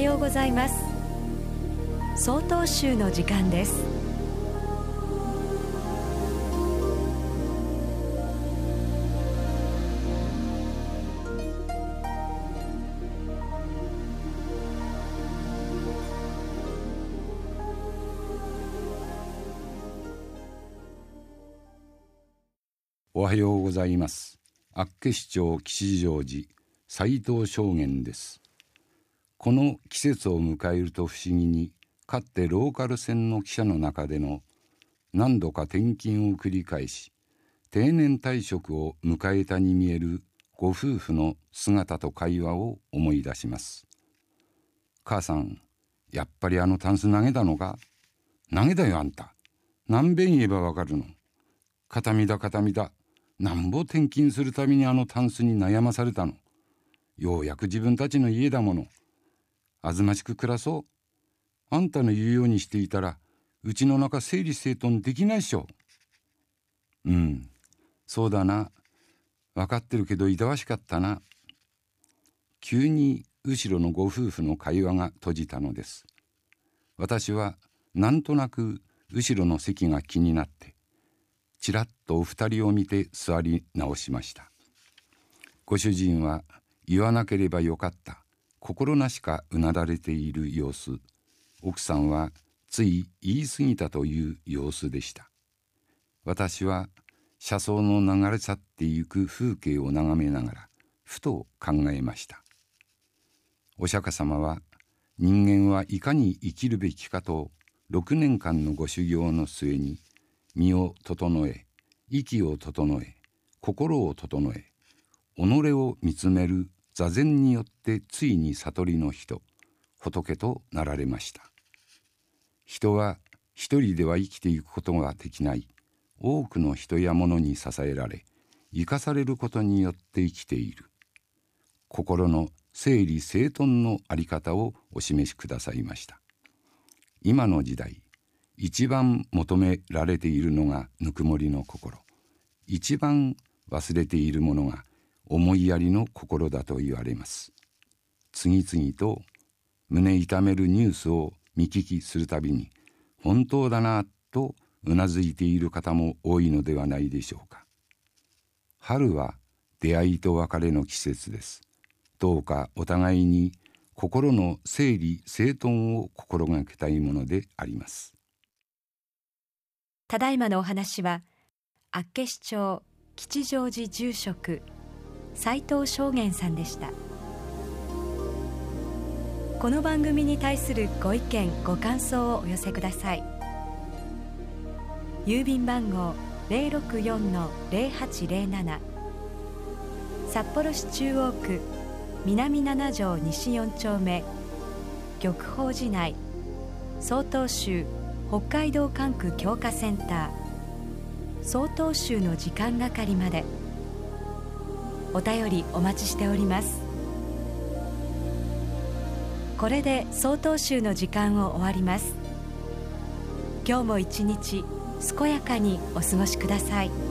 ようございます。曹洞宗の時間です。 おはようございます。厚岸町吉祥寺斉藤正源です。この季節を迎えると不思議に、かつてローカル線の汽車の中での何度か転勤を繰り返し定年退職を迎えたに見えるご夫婦の姿と会話を思い出します。母さん、やっぱりあのタンス投げたのか？投げだよあんた。何べん言えばわかるの。形見だ形見だ。なんぼ転勤するたびにあのタンスに悩まされたの。ようやく自分たちの家だもの。あずましく暮らそう。あんたの言うようにしていたらうちの中整理整頓できないっしょ。そうだな。分かってるけどいたわしかったな。急に後ろのご夫婦の会話が閉じたのです。私はなんとなく後ろの席が気になってちらっとお二人を見て座り直しました。ご主人は言わなければよかった心なしかうなだれている様子、奥さんはつい言い過ぎたという様子でした。私は車窓の流れ去ってゆく風景を眺めながらふと考えました。お釈迦様は人間はいかに生きるべきかと6年間のご修行の末に身を整え、息を整え、心を整え、己を見つめる座禅によってついに悟りの人、仏となられました。人は一人では生きていくことができない、多くの人や物に支えられ、生かされることによって生きている。心の整理整頓のあり方をお示しくださいました。今の時代、一番求められているのがぬくもりの心。一番忘れているものが思いやりの心だと言われます。次々と胸痛めるニュースを見聞きするたびに、本当だなとうなずいている方も多いのではないでしょうか。春は出会いと別れの季節です。どうかお互いに心の整理整頓を心がけたいものであります。 ただいまのお話は厚岸町吉祥寺住職斉藤正源さんでした。この番組に対するご意見ご感想をお寄せください。郵便番号 064-0807 札幌市中央区南7条西4丁目玉宝寺内曹洞宗北海道管区強化センター曹洞宗の時間係まで。お便りお待ちしております。これで曹洞宗の時間を終わります。今日も一日健やかにお過ごしください。